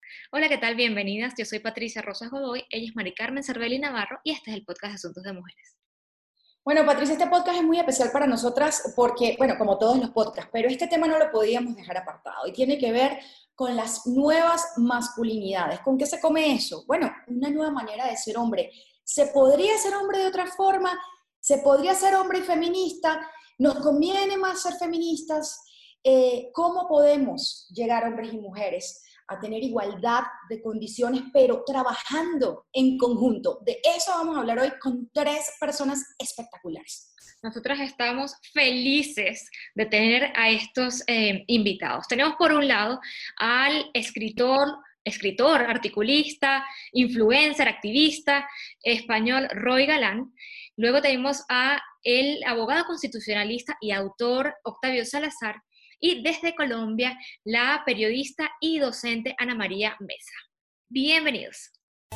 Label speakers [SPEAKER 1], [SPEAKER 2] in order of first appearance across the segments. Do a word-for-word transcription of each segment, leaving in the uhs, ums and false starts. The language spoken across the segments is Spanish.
[SPEAKER 1] Hola, ¿qué tal? Bienvenidas. Yo soy Patricia Rosas Godoy, ella es Mari Carmen Cervelli Navarro y este es el podcast de Asuntos de Mujeres.
[SPEAKER 2] Bueno, Patricia, este podcast es muy especial para nosotras porque, bueno, como todos los podcasts, pero este tema no lo podíamos dejar apartado y tiene que ver con las nuevas masculinidades. ¿Con qué se come eso? Bueno, una nueva manera de ser hombre. ¿Se podría ser hombre de otra forma? ¿Se podría ser hombre y feminista? ¿Nos conviene más ser feministas? Eh, ¿Cómo podemos llegar hombres y mujeres a tener igualdad de condiciones, pero trabajando en conjunto? De eso vamos a hablar hoy con tres personas espectaculares.
[SPEAKER 1] Nosotras estamos felices de tener a estos eh, invitados. Tenemos por un lado al escritor, escritor, articulista, influencer, activista español Roy Galán. Luego tenemos a el abogado constitucionalista y autor Octavio Salazar. Y desde Colombia, la periodista y docente Ana María Mesa. Bienvenidos.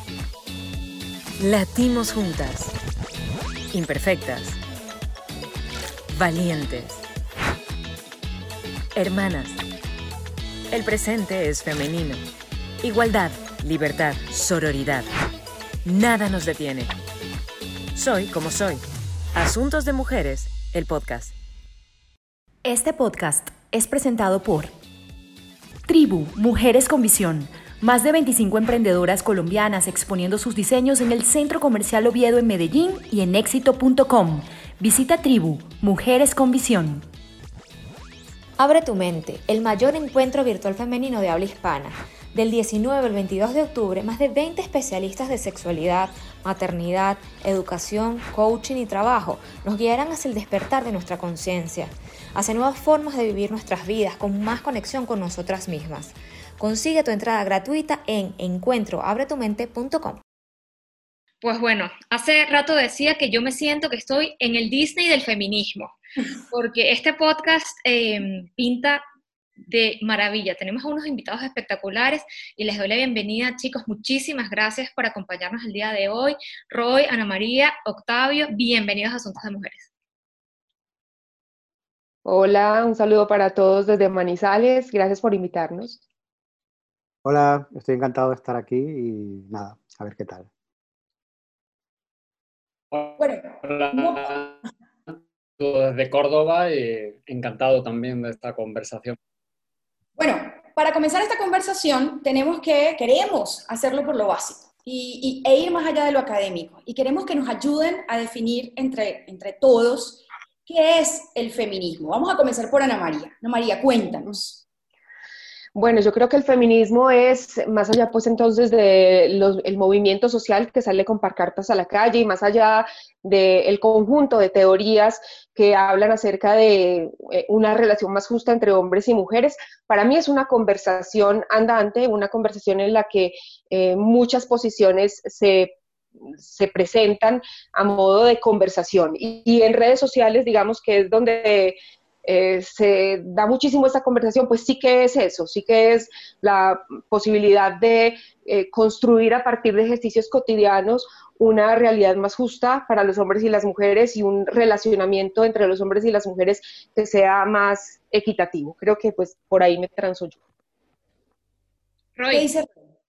[SPEAKER 3] Latimos juntas, imperfectas, valientes, hermanas. El presente es femenino. Igualdad, libertad, sororidad. Nada nos detiene. Soy como soy. Asuntos de Mujeres, el podcast.
[SPEAKER 4] Este podcast es presentado por Tribu, Mujeres con Visión. Más de veinticinco emprendedoras colombianas exponiendo sus diseños en el Centro Comercial Oviedo en Medellín y en éxito punto com. Visita Tribu, Mujeres con Visión.
[SPEAKER 5] Abre tu mente, el mayor encuentro virtual femenino de habla hispana. Del diecinueve al veintidós de octubre, más de veinte especialistas de sexualidad, maternidad, educación, coaching y trabajo nos guiarán hacia el despertar de nuestra conciencia, hacia nuevas formas de vivir nuestras vidas con más conexión con nosotras mismas. Consigue tu entrada gratuita en encuentro abre tu mente punto com.
[SPEAKER 1] Pues bueno, hace rato decía que yo me siento que estoy en el Disney del feminismo, porque este podcast eh, pinta de maravilla. Tenemos a unos invitados espectaculares y les doy la bienvenida, chicos. Muchísimas gracias por acompañarnos el día de hoy. Roy, Ana María, Octavio, bienvenidos a Asuntos de Mujeres.
[SPEAKER 6] Hola, un saludo para todos desde Manizales. Gracias por invitarnos.
[SPEAKER 7] Hola, estoy encantado de estar aquí y nada, a ver qué tal.
[SPEAKER 2] Bueno, no,
[SPEAKER 8] Hola, desde Córdoba y encantado también de esta conversación.
[SPEAKER 2] bueno, para comenzar esta conversación tenemos que, queremos hacerlo por lo básico y, y, e ir más allá de lo académico y queremos que nos ayuden a definir entre, entre todos qué es el feminismo. Vamos a comenzar por Ana María. Ana María, cuéntanos.
[SPEAKER 6] Bueno, yo creo que el feminismo es, más allá pues entonces del movimiento social que sale con pancartas a la calle y más allá del conjunto de teorías que hablan acerca de eh, una relación más justa entre hombres y mujeres, para mí es una conversación andante, una conversación en la que eh, muchas posiciones se se presentan a modo de conversación y, y en redes sociales digamos que es donde Eh, se da muchísimo esta conversación, pues sí que es eso, sí que es la posibilidad de eh, construir a partir de ejercicios cotidianos una realidad más justa para los hombres y las mujeres y un relacionamiento entre los hombres y las mujeres que sea más equitativo. Creo que pues por ahí me transo yo.
[SPEAKER 1] Roy.
[SPEAKER 2] ¿Qué dice?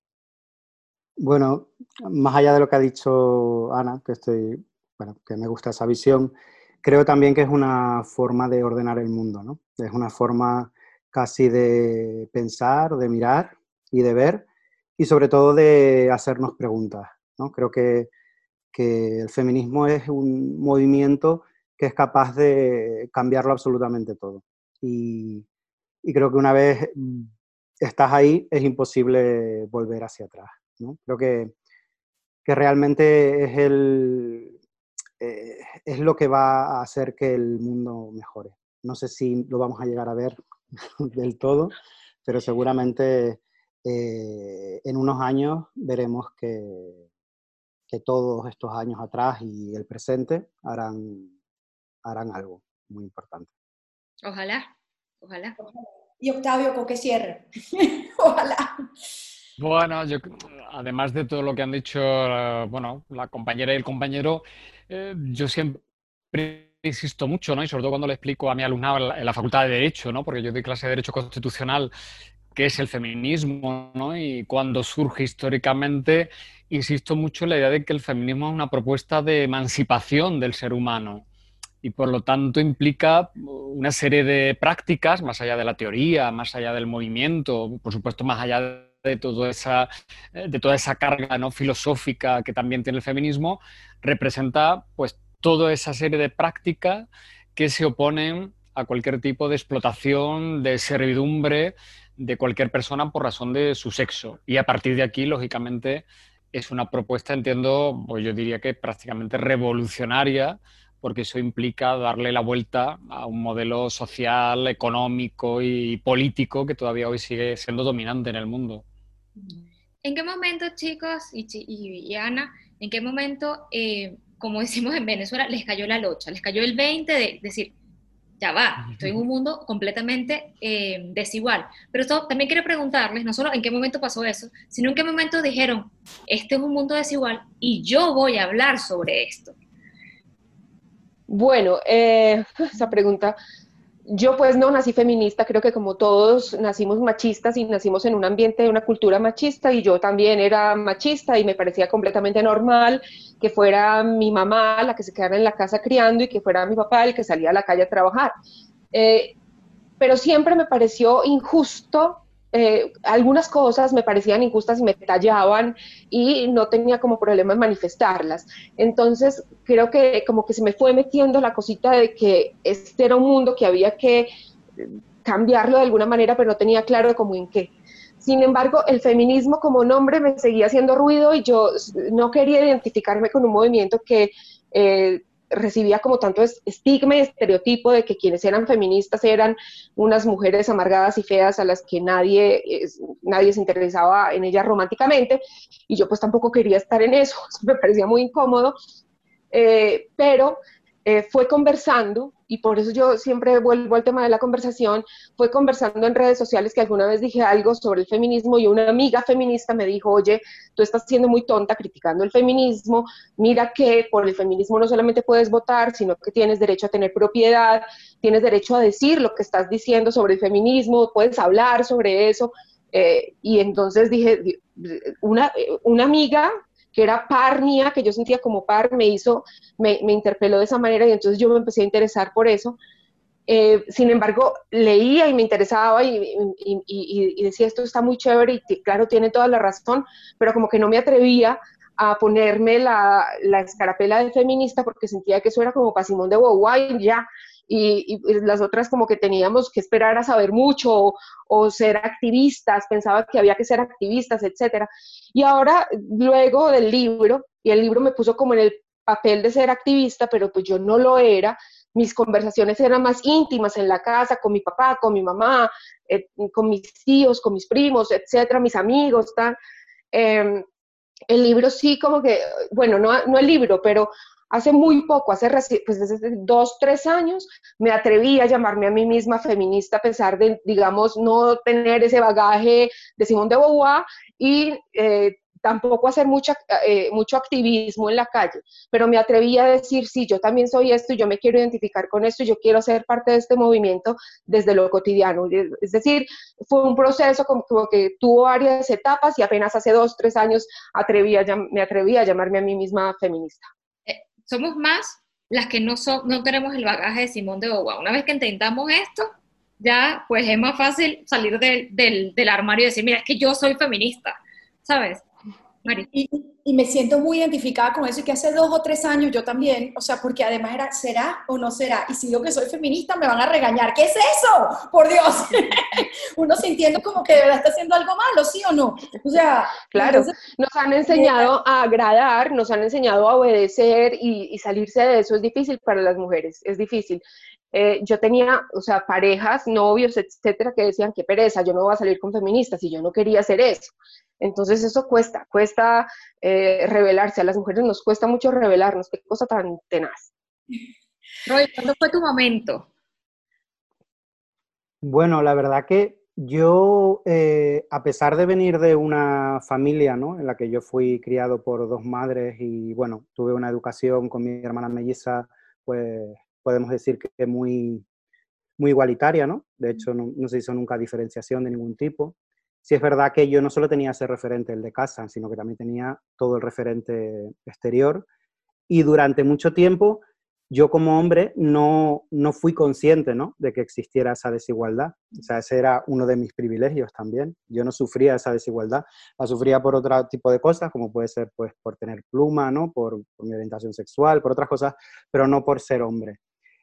[SPEAKER 7] Bueno, más allá de lo que ha dicho Ana, que estoy, bueno, que me gusta esa visión, creo también que es una forma de ordenar el mundo, ¿no? Es una forma casi de pensar, de mirar y de ver, y sobre todo de hacernos preguntas, ¿no? Creo que, que el feminismo es un movimiento que es capaz de cambiarlo absolutamente todo. Y, y creo que una vez estás ahí, es imposible volver hacia atrás, ¿no? Creo que, que realmente es el... Eh, es lo que va a hacer que el mundo mejore. No sé si lo vamos a llegar a ver del todo, pero seguramente eh, en unos años veremos que, que todos estos años atrás y el presente harán, harán algo muy importante.
[SPEAKER 1] Ojalá, ojalá.
[SPEAKER 2] Y Octavio, ¿con qué cierre? Ojalá.
[SPEAKER 8] Bueno, yo, además de todo lo que han dicho, eh, bueno, la compañera y el compañero, eh, yo siempre insisto mucho, ¿no? Y sobre todo cuando le explico a mi alumnado en la, en la Facultad de Derecho, ¿no? Porque yo doy clase de Derecho Constitucional qué es el feminismo, ¿no? Y cuando surge históricamente, insisto mucho en la idea de que el feminismo es una propuesta de emancipación del ser humano y por lo tanto implica una serie de prácticas, más allá de la teoría, más allá del movimiento, por supuesto más allá de, toda esa, de toda esa carga, ¿no?, filosófica que también tiene el feminismo, representa pues toda esa serie de prácticas que se oponen a cualquier tipo de explotación, de servidumbre de cualquier persona por razón de su sexo. Y a partir de aquí, lógicamente, es una propuesta, entiendo, pues yo diría que prácticamente revolucionaria, porque eso implica darle la vuelta a un modelo social, económico y político que todavía hoy sigue siendo dominante en el mundo.
[SPEAKER 1] ¿En qué momento, chicos y, y, y Ana, en qué momento, eh, como decimos en Venezuela, les cayó la locha, les cayó el veinte de decir, ya va, estoy en un mundo completamente eh, desigual? Pero esto también quiero preguntarles, no solo en qué momento pasó eso, sino en qué momento dijeron, este es un mundo desigual y yo voy a hablar sobre esto.
[SPEAKER 6] Bueno, eh, esa pregunta, yo pues no nací feminista, creo que como todos nacimos machistas y nacimos en un ambiente de una cultura machista y yo también era machista y me parecía completamente normal que fuera mi mamá la que se quedara en la casa criando y que fuera mi papá el que salía a la calle a trabajar. Eh, pero siempre me pareció injusto. Eh, algunas cosas me parecían injustas y me tallaban y no tenía como problema en manifestarlas. Entonces creo que como que se me fue metiendo la cosita de que este era un mundo que había que cambiarlo de alguna manera, pero no tenía claro como en qué. Sin embargo, el feminismo como nombre me seguía haciendo ruido y yo no quería identificarme con un movimiento que eh, recibía como tanto estigma y estereotipo de que quienes eran feministas eran unas mujeres amargadas y feas a las que nadie, nadie se interesaba en ellas románticamente, y yo pues tampoco quería estar en eso, me parecía muy incómodo, eh, pero eh, fue conversando, y por eso yo siempre vuelvo al tema de la conversación, fue conversando en redes sociales que alguna vez dije algo sobre el feminismo y una amiga feminista me dijo, oye, tú estás siendo muy tonta criticando el feminismo, mira que por el feminismo no solamente puedes votar, sino que tienes derecho a tener propiedad, tienes derecho a decir lo que estás diciendo sobre el feminismo, puedes hablar sobre eso, eh, y entonces dije, una, una amiga que era par mía, que yo sentía como par, me hizo, me, me interpeló de esa manera y entonces yo me empecé a interesar por eso. Eh, sin embargo, leía y me interesaba y, y, y, y decía, esto está muy chévere y claro, tiene toda la razón, pero como que no me atrevía a ponerme la, la escarapela de feminista porque sentía que eso era como para Simón de Beauvoir ya, y, y las otras como que teníamos que esperar a saber mucho o, o ser activistas, pensaba que había que ser activistas, etcétera. Y ahora, luego del libro, y el libro me puso como en el papel de ser activista, pero pues yo no lo era, mis conversaciones eran más íntimas en la casa, con mi papá, con mi mamá, eh, con mis tíos, con mis primos, etcétera, mis amigos, tal. Eh, el libro sí como que, bueno, no, no el libro, pero hace muy poco, hace pues desde dos, tres años, me atreví a llamarme a mí misma feminista a pesar de, digamos, no tener ese bagaje de Simone de Beauvoir y eh, tampoco hacer mucha, eh, mucho activismo en la calle, pero me atreví a decir, sí, yo también soy esto y yo me quiero identificar con esto y yo quiero ser parte de este movimiento desde lo cotidiano. Es decir, fue un proceso como, como que tuvo varias etapas y apenas hace dos, tres años atreví a, me atreví a llamarme a mí misma feminista.
[SPEAKER 1] Eh, somos más las que no, so, no tenemos el bagaje de Simone de Beauvoir. Una vez que intentamos esto, ya pues es más fácil salir de, del, del armario y decir, mira, es que yo soy feminista, ¿sabes?
[SPEAKER 2] Y, y me siento muy identificada con eso y que hace dos o tres años yo también, o sea, porque además era, ¿será o no será? Y si digo que soy feminista me van a regañar. ¿Qué es eso? Por Dios. Uno sintiendo como que de verdad está haciendo algo malo, ¿sí o no? O sea,
[SPEAKER 6] claro, entonces, nos han enseñado a agradar, nos han enseñado a obedecer y, y salirse de eso es difícil para las mujeres, es difícil. Eh, yo tenía, o sea, parejas, novios, etcétera, que decían, qué pereza, yo no voy a salir con feministas y yo no quería hacer eso. Entonces eso cuesta, cuesta eh, rebelarse, a las mujeres nos cuesta mucho rebelarnos, qué cosa tan tenaz.
[SPEAKER 1] Roy, ¿cuándo fue tu momento?
[SPEAKER 7] Bueno, la verdad que yo, eh, a pesar de venir de una familia, ¿no?, en la que yo fui criado por dos madres y, bueno, tuve una educación con mi hermana melliza, pues podemos decir que muy, muy igualitaria, ¿no? De hecho, no, no se hizo nunca diferenciación de ningún tipo. sí es verdad que yo no solo tenía ese referente, el de casa, sino que también tenía todo el referente exterior. Y durante mucho tiempo, yo como hombre no, no fui consciente, ¿no?, de que existiera esa desigualdad. O sea, ese era uno de mis privilegios también. Yo no sufría esa desigualdad. La sufría por otro tipo de cosas, como puede ser pues, por tener pluma, ¿no?, por, por mi orientación sexual, por otras cosas, pero no por ser hombre.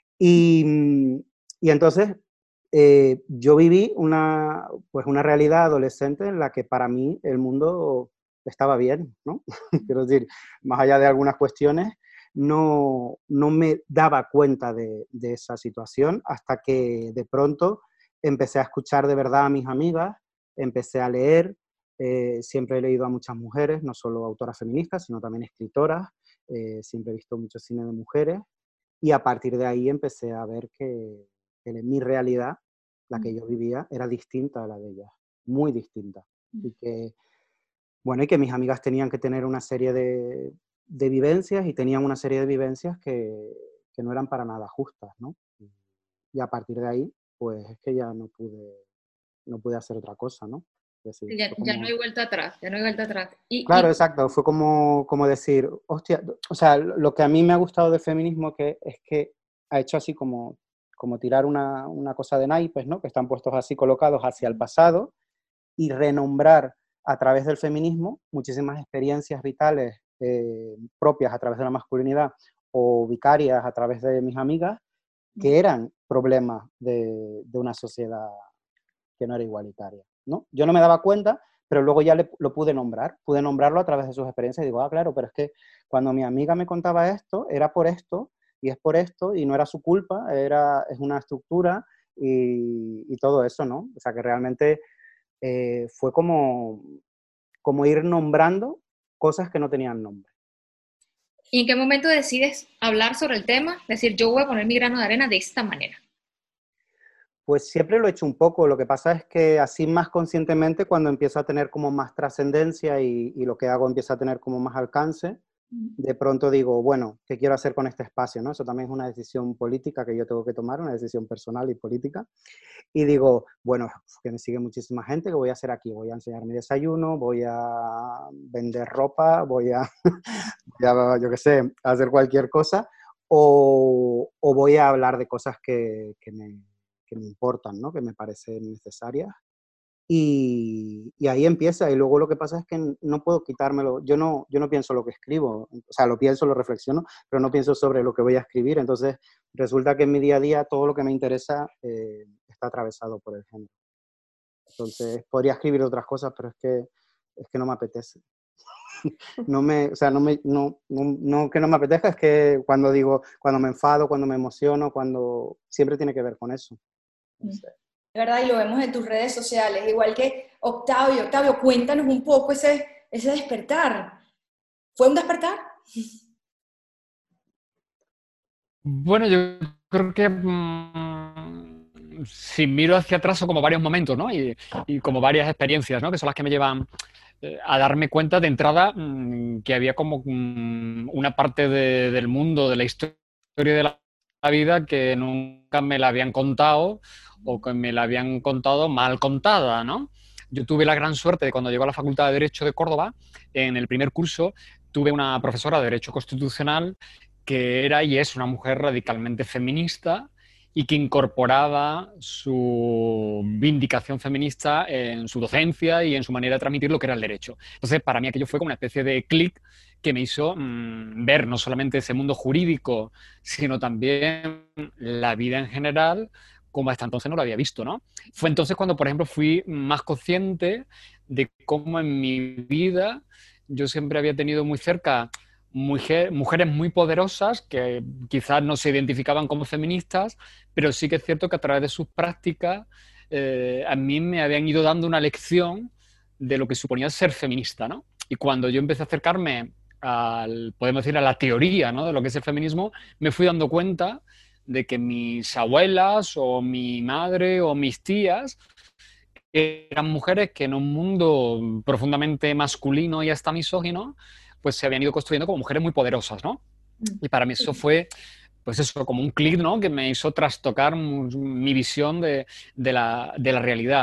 [SPEAKER 7] Y, y entonces eh, yo viví una, pues una realidad adolescente en la que para mí el mundo estaba bien, ¿no? Quiero decir, más allá de algunas cuestiones, no, no me daba cuenta de, de esa situación hasta que de pronto empecé a escuchar de verdad a mis amigas, empecé a leer, eh, siempre he leído a muchas mujeres, no solo autoras feministas, sino también escritoras, eh, siempre he visto mucho cine de mujeres, y a partir de ahí empecé a ver que, que mi realidad, la que yo vivía, era distinta a la de ellas, muy distinta, y que, bueno, y que mis amigas tenían que tener una serie de, de vivencias y tenían una serie de vivencias que, que no eran para nada justas, ¿no? Y a partir de ahí, pues es que ya no pude, no pude hacer otra cosa, ¿no?
[SPEAKER 1] Decir, ya, como... ya no hay vuelta atrás, ya no hay vuelta atrás. Y,
[SPEAKER 7] claro,
[SPEAKER 1] y...
[SPEAKER 7] exacto, fue como, como decir, hostia, o sea, lo que a mí me ha gustado del feminismo que, es que ha hecho así como, como tirar una, una cosa de naipes, ¿no? Que están puestos así colocados hacia el pasado y renombrar a través del feminismo muchísimas experiencias vitales eh, propias a través de la masculinidad o vicarias a través de mis amigas que eran problemas de, de una sociedad que no era igualitaria, ¿no? Yo no me daba cuenta, pero luego ya le, lo pude nombrar, pude nombrarlo a través de sus experiencias y digo, ah, claro, pero es que cuando mi amiga me contaba esto, era por esto, y es por esto, y no era su culpa, era, es una estructura y, y todo eso, ¿no? O sea, que realmente eh, fue como, como ir nombrando cosas que no tenían nombre.
[SPEAKER 1] ¿Y en qué momento decides hablar sobre el tema? Es decir, yo voy a poner mi grano de arena de esta manera.
[SPEAKER 7] Pues siempre lo he hecho un poco, lo que pasa es que así más conscientemente cuando empiezo a tener como más trascendencia y, y lo que hago empieza a tener como más alcance, de pronto digo, bueno, ¿qué quiero hacer con este espacio? ¿no? Eso también es una decisión política que yo tengo que tomar, una decisión personal y política. Y digo, bueno, que me sigue muchísima gente, ¿qué voy a hacer aquí? Voy a enseñar mi desayuno, voy a vender ropa, voy a, voy a yo qué sé, a hacer cualquier cosa, o, o voy a hablar de cosas que, que, me, que me importan, ¿no? Que me parecen necesarias. Y, y ahí empieza, y luego lo que pasa es que no puedo quitármelo, yo no, yo no pienso lo que escribo, o sea, lo pienso, lo reflexiono, pero no pienso sobre lo que voy a escribir, entonces resulta que en mi día a día todo lo que me interesa eh, está atravesado por el género. Entonces podría escribir otras cosas, pero es que, es que no me apetece. No me, o sea, no, me, no, no, no que no me apetezca, es que cuando digo, cuando me enfado, cuando me emociono, cuando siempre tiene que ver con eso. Entonces,
[SPEAKER 2] ¿verdad? Y lo vemos en tus redes sociales, igual que Octavio. Octavio, cuéntanos un poco ese, ese despertar. ¿Fue un despertar?
[SPEAKER 8] Bueno, yo creo que mmm, si miro hacia atrás son como varios momentos, ¿no? Y, y como varias experiencias, ¿no? Que son las que me llevan eh, a darme cuenta de entrada mmm, que había como mmm, una parte de, del mundo, de la historia de la, la vida que nunca me la habían contado o que me la habían contado mal contada, ¿no? Yo tuve la gran suerte de cuando llego a la Facultad de Derecho de Córdoba, en el primer curso, tuve una profesora de Derecho Constitucional que era y es una mujer radicalmente feminista y que incorporaba su vindicación feminista en su docencia y en su manera de transmitir lo que era el derecho. Entonces, para mí aquello fue como una especie de clic que me hizo mmm, ver no solamente ese mundo jurídico, sino también la vida en general, como hasta entonces no lo había visto, ¿no? Fue entonces cuando, por ejemplo, fui más consciente de cómo en mi vida yo siempre había tenido muy cerca mujer, mujeres muy poderosas que quizás no se identificaban como feministas, pero sí que es cierto que a través de sus prácticas eh, a mí me habían ido dando una lección de lo que suponía ser feminista, ¿no? Y cuando yo empecé a acercarme al, podemos decir, a la teoría, ¿no?, de lo que es el feminismo, me fui dando cuenta de que mis abuelas o mi madre o mis tías eran mujeres que en un mundo profundamente masculino y hasta misógino, pues se habían ido construyendo como mujeres muy poderosas, ¿no? Y para mí eso fue, pues eso, como un clic, ¿no?, que me hizo trastocar mi visión de, de, la, de la realidad.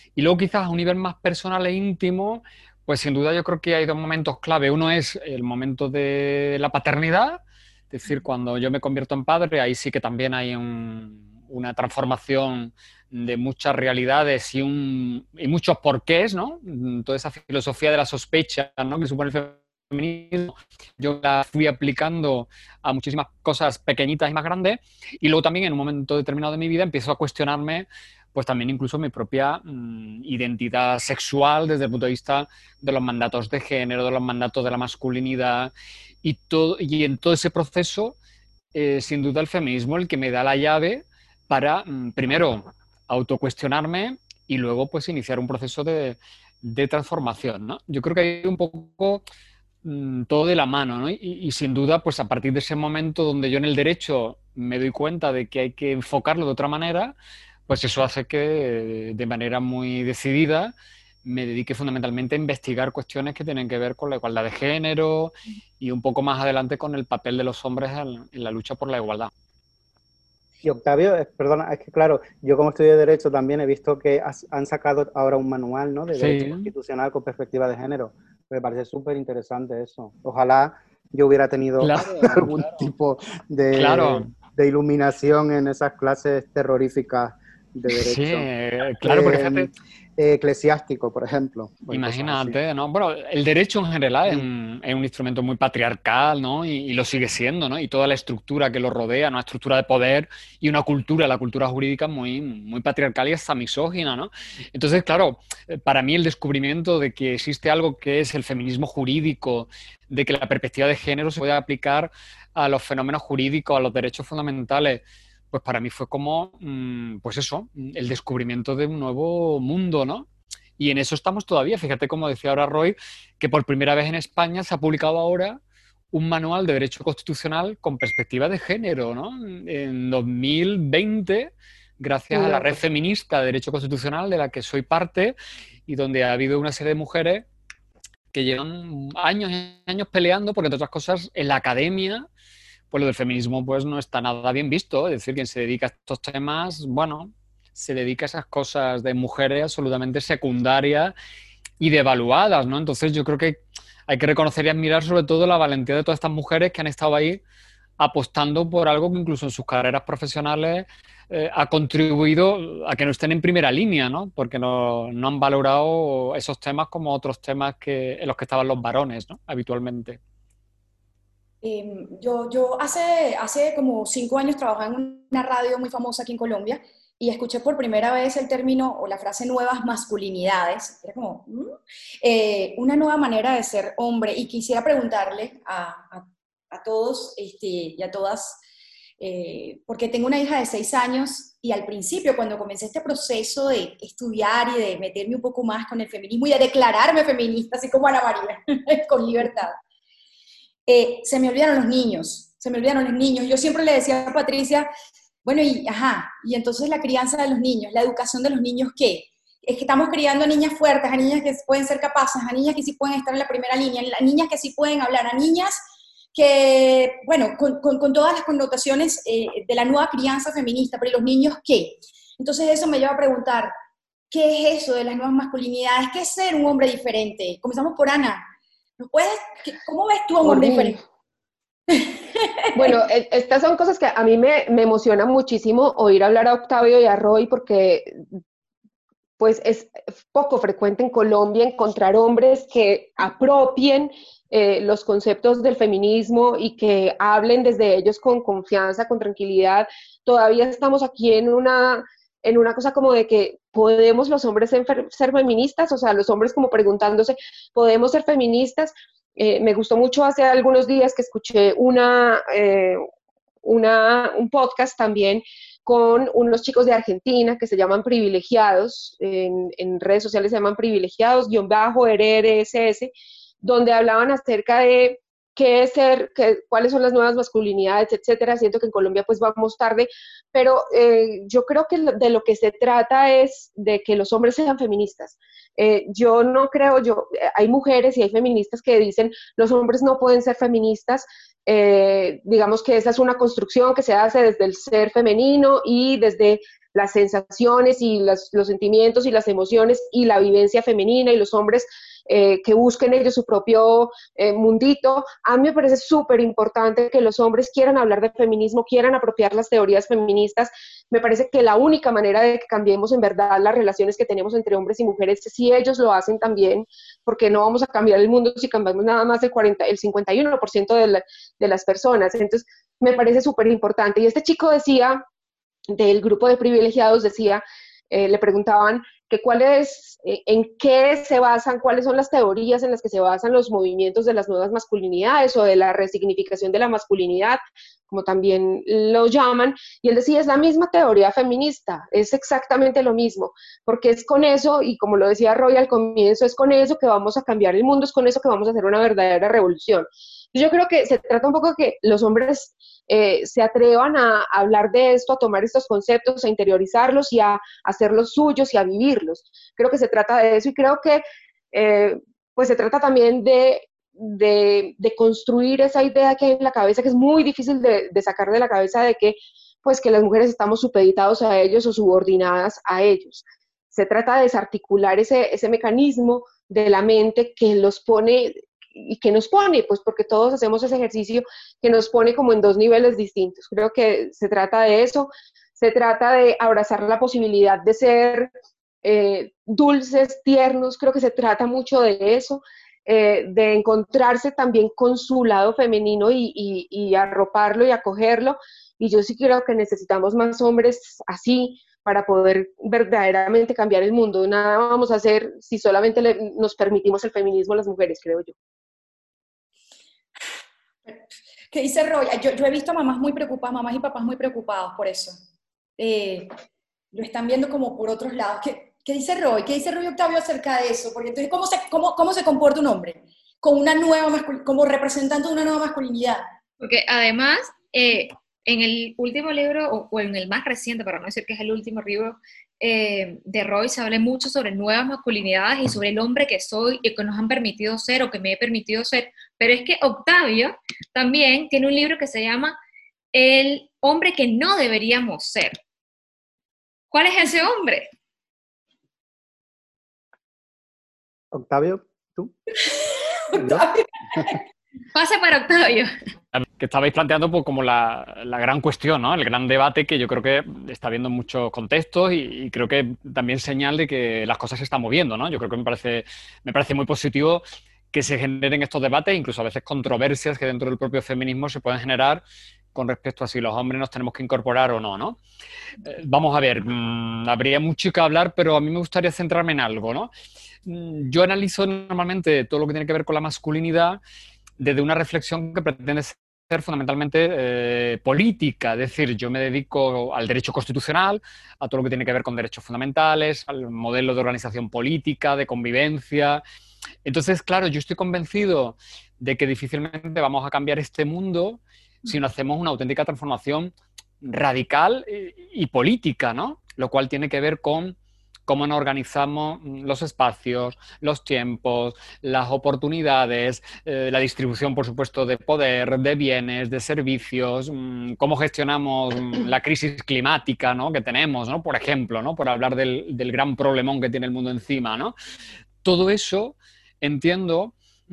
[SPEAKER 8] Y luego quizás a un nivel más personal e íntimo, pues sin duda yo creo que hay dos momentos clave. Uno es el momento de la paternidad, es decir, cuando yo me convierto en padre, ahí sí que también hay un, una transformación de muchas realidades y, un, y muchos porqués, ¿no? Toda esa filosofía de la sospecha, ¿no?, que supone el feminismo, yo la fui aplicando a muchísimas cosas pequeñitas y más grandes, y luego también en un momento determinado de mi vida empiezo a cuestionarme pues también incluso mi propia mmm, identidad sexual desde el punto de vista de los mandatos de género, de los mandatos de la masculinidad, y, todo, y en todo ese proceso, eh, sin duda el feminismo el que me da la llave para, mmm, primero, autocuestionarme y luego pues iniciar un proceso de, de transformación, ¿no? Yo creo que hay un poco mmm, todo de la mano, ¿no? Y, y sin duda pues a partir de ese momento donde yo en el derecho me doy cuenta de que hay que enfocarlo de otra manera, pues eso hace que de manera muy decidida me dedique fundamentalmente a investigar cuestiones que tienen que ver con la igualdad de género y un poco más adelante con el papel de los hombres en, en la lucha por la igualdad.
[SPEAKER 7] Y Octavio, eh, perdona, es que claro, yo como estudio de Derecho también he visto que has, han sacado ahora un manual, ¿no?, de Derecho
[SPEAKER 8] Sí.
[SPEAKER 7] Constitucional con perspectiva de género. Me parece súper interesante eso. Ojalá yo hubiera tenido
[SPEAKER 8] Claro,
[SPEAKER 7] algún
[SPEAKER 8] claro.
[SPEAKER 7] tipo de,
[SPEAKER 8] Claro.
[SPEAKER 7] de iluminación en esas clases terroríficas de Derecho.
[SPEAKER 8] Sí, claro, porque fíjate...
[SPEAKER 7] Eh, eclesiástico, por ejemplo.
[SPEAKER 8] Imagínate, ¿no? Bueno, el derecho en general es un, es un instrumento muy patriarcal, ¿no? Y, y lo sigue siendo, ¿no? Y toda la estructura que lo rodea, una estructura de poder y una cultura, la cultura jurídica muy, muy patriarcal y hasta misógina, ¿no? Entonces, claro, para mí el descubrimiento de que existe algo que es el feminismo jurídico, de que la perspectiva de género se puede aplicar a los fenómenos jurídicos, a los derechos fundamentales, pues para mí fue como, pues eso, el descubrimiento de un nuevo mundo, ¿no? Y en eso estamos todavía. Fíjate, como decía ahora Roy, que por primera vez en España se ha publicado ahora un manual de derecho constitucional con perspectiva de género, ¿no? En dos mil veinte, gracias a la Red Feminista de Derecho Constitucional, de la que soy parte, y donde ha habido una serie de mujeres que llevan años y años peleando, porque entre otras cosas, en la academia, pues lo del feminismo pues no está nada bien visto. Es decir, quien se dedica a estos temas, bueno, se dedica a esas cosas de mujeres absolutamente secundarias y devaluadas, ¿no? Entonces yo creo que hay que reconocer y admirar sobre todo la valentía de todas estas mujeres que han estado ahí apostando por algo que incluso en sus carreras profesionales eh, ha contribuido a que no estén en primera línea, ¿no? Porque no, no han valorado esos temas como otros temas que, en los que estaban los varones, ¿no?, habitualmente.
[SPEAKER 2] Eh, yo yo hace, hace como cinco años trabajaba en una radio muy famosa aquí en Colombia y escuché por primera vez el término o la frase nuevas masculinidades. Era como, ¿mm? eh, una nueva manera de ser hombre. Y quisiera preguntarle a, a, a todos este, y a todas, eh, porque tengo una hija de seis años y al principio cuando comencé este proceso de estudiar y de meterme un poco más con el feminismo y de declararme feminista, así como Ana María, con libertad, Eh, se me olvidaron los niños, se me olvidaron los niños. Yo siempre le decía a Patricia, bueno, y ajá, y entonces la crianza de los niños, la educación de los niños, ¿qué? Es que estamos criando a niñas fuertes, a niñas que pueden ser capaces, a niñas que sí pueden estar en la primera línea, a niñas que sí pueden hablar, a niñas que, bueno, con, con, con todas las connotaciones eh, de la nueva crianza feminista, pero ¿y los niños qué? Entonces eso me lleva a preguntar, ¿qué es eso de las nuevas masculinidades? ¿Qué es ser un hombre diferente? Comenzamos por Ana. ¿Puedes, ¿Cómo ves tú a un hombre diferente?
[SPEAKER 6] Bueno, estas son cosas que a mí me, me emociona muchísimo oír hablar a Octavio y a Roy, porque pues es poco frecuente en Colombia encontrar hombres que apropien eh, los conceptos del feminismo y que hablen desde ellos con confianza, con tranquilidad. Todavía estamos aquí en una, en una cosa como de que ¿podemos los hombres ser, ser feministas? O sea, los hombres como preguntándose, ¿podemos ser feministas? Eh, me gustó mucho hace algunos días que escuché una, eh, una, un podcast también con unos chicos de Argentina que se llaman Privilegiados, en, en redes sociales se llaman Privilegiados, guión bajo, R R S S, donde hablaban acerca de qué es ser, qué, cuáles son las nuevas masculinidades, etcétera. Siento que en Colombia pues vamos tarde, pero eh, yo creo que de lo que se trata es de que los hombres sean feministas. Eh, yo no creo, yo, hay mujeres y hay feministas que dicen los hombres no pueden ser feministas, eh, digamos que esa es una construcción que se hace desde el ser femenino y desde las sensaciones y las, los sentimientos y las emociones y la vivencia femenina y los hombres eh, que busquen ellos su propio eh, mundito. A mí me parece súper importante que los hombres quieran hablar de feminismo, quieran apropiar las teorías feministas. Me parece que la única manera de que cambiemos en verdad las relaciones que tenemos entre hombres y mujeres es si ellos lo hacen también, porque no vamos a cambiar el mundo si cambiamos nada más el, cuarenta, el cincuenta y uno por ciento de, la, de las personas. Entonces, me parece súper importante. Y este chico decía, del grupo de privilegiados, decía, eh, le preguntaban que cuál es, eh, en qué se basan, cuáles son las teorías en las que se basan los movimientos de las nuevas masculinidades o de la resignificación de la masculinidad, como también lo llaman, y él decía, es la misma teoría feminista, es exactamente lo mismo, porque es con eso, y como lo decía Roy al comienzo, es con eso que vamos a cambiar el mundo, es con eso que vamos a hacer una verdadera revolución. Yo creo que se trata un poco de que los hombres eh, se atrevan a, a hablar de esto, a tomar estos conceptos, a interiorizarlos y a hacerlos suyos y a vivirlos. Creo que se trata de eso y creo que eh, pues se trata también de, de, de construir esa idea que hay en la cabeza, que es muy difícil de, de sacar de la cabeza, de que, pues, que las mujeres estamos supeditados a ellos o subordinadas a ellos. Se trata de desarticular ese, ese mecanismo de la mente que los pone y que nos pone, pues porque todos hacemos ese ejercicio que nos pone como en dos niveles distintos. Creo que se trata de eso, se trata de abrazar la posibilidad de ser eh, dulces, tiernos, creo que se trata mucho de eso, eh, de encontrarse también con su lado femenino y, y, y arroparlo y acogerlo, y yo sí creo que necesitamos más hombres así para poder verdaderamente cambiar el mundo. Nada vamos a hacer si solamente le, nos permitimos el feminismo a las mujeres, creo yo.
[SPEAKER 2] ¿Qué dice Roy? Yo, yo he visto mamás muy preocupadas, mamás y papás muy preocupados por eso. Eh, lo están viendo como por otros lados. ¿Qué, qué dice Roy? ¿Qué dice Roy Octavio acerca de eso? Porque entonces, ¿cómo se, cómo, cómo se comporta un hombre? Con una nueva masculinidad, como representante de una nueva masculinidad.
[SPEAKER 1] Porque además, eh, en el último libro, o, o en el más reciente, para no decir que es el último libro, eh, de Roy, se habla mucho sobre nuevas masculinidades y sobre el hombre que soy y que nos han permitido ser o que me he permitido ser. Pero es que Octavio también tiene un libro que se llama El hombre que no deberíamos ser. ¿Cuál es ese hombre?
[SPEAKER 7] Octavio, ¿tú?
[SPEAKER 2] Octavio.
[SPEAKER 1] Pasa para Octavio.
[SPEAKER 8] Que estabais planteando pues, como la, la gran cuestión, ¿no? El gran debate que yo creo que está habiendo en muchos contextos y, y creo que también señal de que las cosas se están moviendo, ¿no? Yo creo que me parece, me parece muy positivo que se generen estos debates, incluso a veces controversias que dentro del propio feminismo se pueden generar con respecto a si los hombres nos tenemos que incorporar o no, ¿no? Eh, vamos a ver, mmm, habría mucho que hablar, pero a mí me gustaría centrarme en algo, ¿no? Mm, yo analizo normalmente todo lo que tiene que ver con la masculinidad desde una reflexión que pretende ser fundamentalmente eh, política, es decir, yo me dedico al derecho constitucional, a todo lo que tiene que ver con derechos fundamentales, al modelo de organización política, de convivencia. Entonces, claro, yo estoy convencido de que difícilmente vamos a cambiar este mundo si no hacemos una auténtica transformación radical y, y política, ¿no? Lo cual tiene que ver con cómo nos organizamos los espacios, los tiempos, las oportunidades, eh, la distribución, por supuesto, de poder, de bienes, de servicios, mmm, cómo gestionamos mmm, la crisis climática, ¿no? que tenemos, ¿no? por ejemplo, ¿no? por hablar del, del gran problemón que tiene el mundo encima, ¿no? Todo eso, entiendo,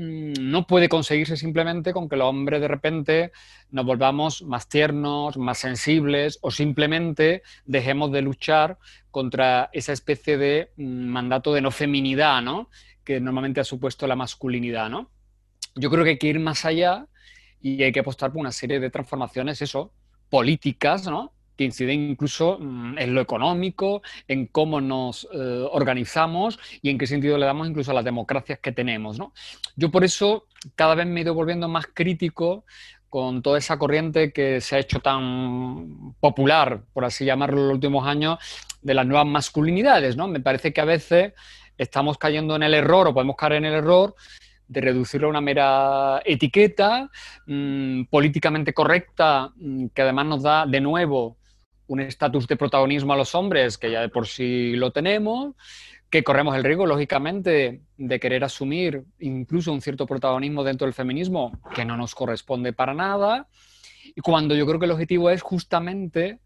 [SPEAKER 8] no puede conseguirse simplemente con que los hombres de repente nos volvamos más tiernos, más sensibles o simplemente dejemos de luchar contra esa especie de mandato de no feminidad, ¿no? que normalmente ha supuesto la masculinidad, ¿no? Yo creo que hay que ir más allá y hay que apostar por una serie de transformaciones, eso, políticas, ¿no? que inciden incluso en lo económico, en cómo nos eh, organizamos y en qué sentido le damos incluso a las democracias que tenemos, ¿no? Yo por eso cada vez me he ido volviendo más crítico con toda esa corriente que se ha hecho tan popular, por así llamarlo, en los últimos años, de las nuevas masculinidades, ¿no? Me parece que a veces estamos cayendo en el error o podemos caer en el error de reducirlo a una mera etiqueta mmm, políticamente correcta, mmm, que además nos da de nuevo un estatus de protagonismo a los hombres, que ya de por sí lo tenemos, que corremos el riesgo, lógicamente, de querer asumir incluso un cierto protagonismo dentro del feminismo que no nos corresponde para nada, y cuando yo creo que el objetivo es justamente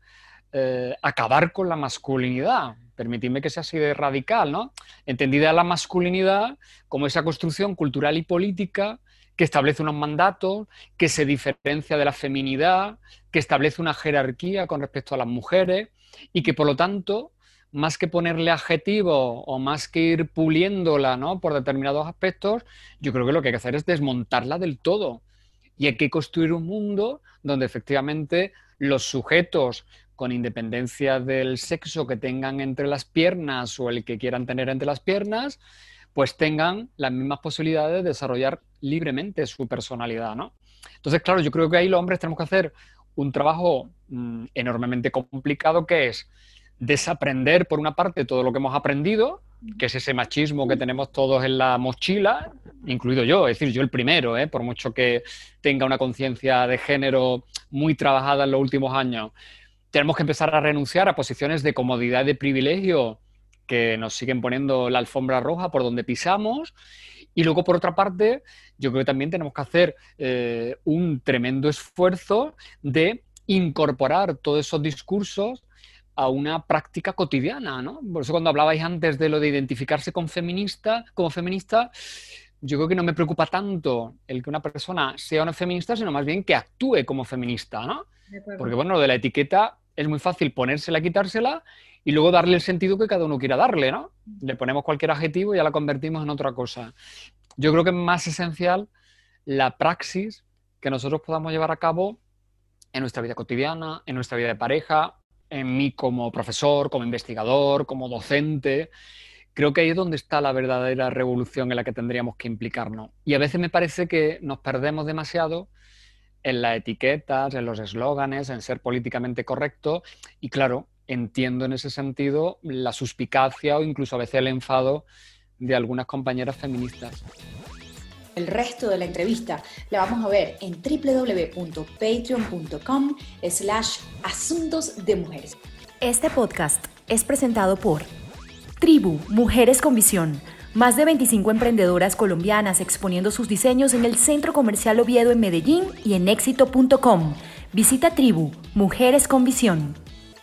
[SPEAKER 8] eh, acabar con la masculinidad. Permitidme que sea así de radical, ¿no? Entendida la masculinidad como esa construcción cultural y política que establece unos mandatos, que se diferencia de la feminidad, que establece una jerarquía con respecto a las mujeres y que, por lo tanto, más que ponerle adjetivos o más que ir puliéndola, ¿no?, por determinados aspectos, yo creo que lo que hay que hacer es desmontarla del todo. Y hay que construir un mundo donde efectivamente los sujetos, con independencia del sexo que tengan entre las piernas o el que quieran tener entre las piernas, pues tengan las mismas posibilidades de desarrollar libremente su personalidad, ¿no? Entonces, claro, yo creo que ahí los hombres tenemos que hacer un trabajo mmm, enormemente complicado, que es desaprender, por una parte, todo lo que hemos aprendido, que es ese machismo que tenemos todos en la mochila, incluido yo, es decir, yo el primero, ¿eh? Por mucho que tenga una conciencia de género muy trabajada en los últimos años. Tenemos que empezar a renunciar a posiciones de comodidad y de privilegio que nos siguen poniendo la alfombra roja por donde pisamos. Y luego, por otra parte, yo creo que también tenemos que hacer eh, un tremendo esfuerzo de incorporar todos esos discursos a una práctica cotidiana, ¿no? Por eso cuando hablabais antes de lo de identificarse con feminista, como feminista, yo creo que no me preocupa tanto el que una persona sea una feminista, sino más bien que actúe como feminista, ¿no? Porque, bueno, lo de la etiqueta es muy fácil ponérsela, quitársela y luego darle el sentido que cada uno quiera darle, ¿no? Le ponemos cualquier adjetivo y ya la convertimos en otra cosa. Yo creo que es más esencial la praxis que nosotros podamos llevar a cabo en nuestra vida cotidiana, en nuestra vida de pareja, en mí como profesor, como investigador, como docente. Creo que ahí es donde está la verdadera revolución en la que tendríamos que implicarnos. Y a veces me parece que nos perdemos demasiado en las etiquetas, en los eslóganes, en ser políticamente correcto. Y claro, entiendo en ese sentido la suspicacia o incluso a veces el enfado de algunas compañeras feministas.
[SPEAKER 2] El resto de la entrevista la vamos a ver en w w w punto patreon punto com slash asuntos de mujeres.
[SPEAKER 4] Este podcast es presentado por Tribu, Mujeres con Visión. Más de veinticinco emprendedoras colombianas exponiendo sus diseños en el Centro Comercial Oviedo en Medellín y en éxito punto com. Visita Tribu, Mujeres con Visión.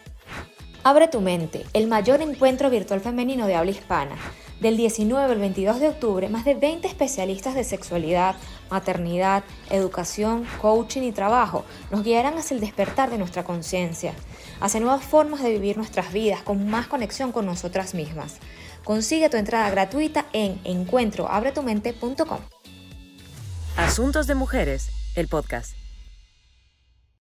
[SPEAKER 5] Abre tu mente, el mayor encuentro virtual femenino de habla hispana. Del diecinueve al veintidós de octubre, más de veinte especialistas de sexualidad, maternidad, educación, coaching y trabajo nos guiarán hacia el despertar de nuestra conciencia, hacia nuevas formas de vivir nuestras vidas con más conexión con nosotras mismas. Consigue tu entrada gratuita en encuentro abre tu mente punto com.
[SPEAKER 3] Asuntos de Mujeres, el podcast.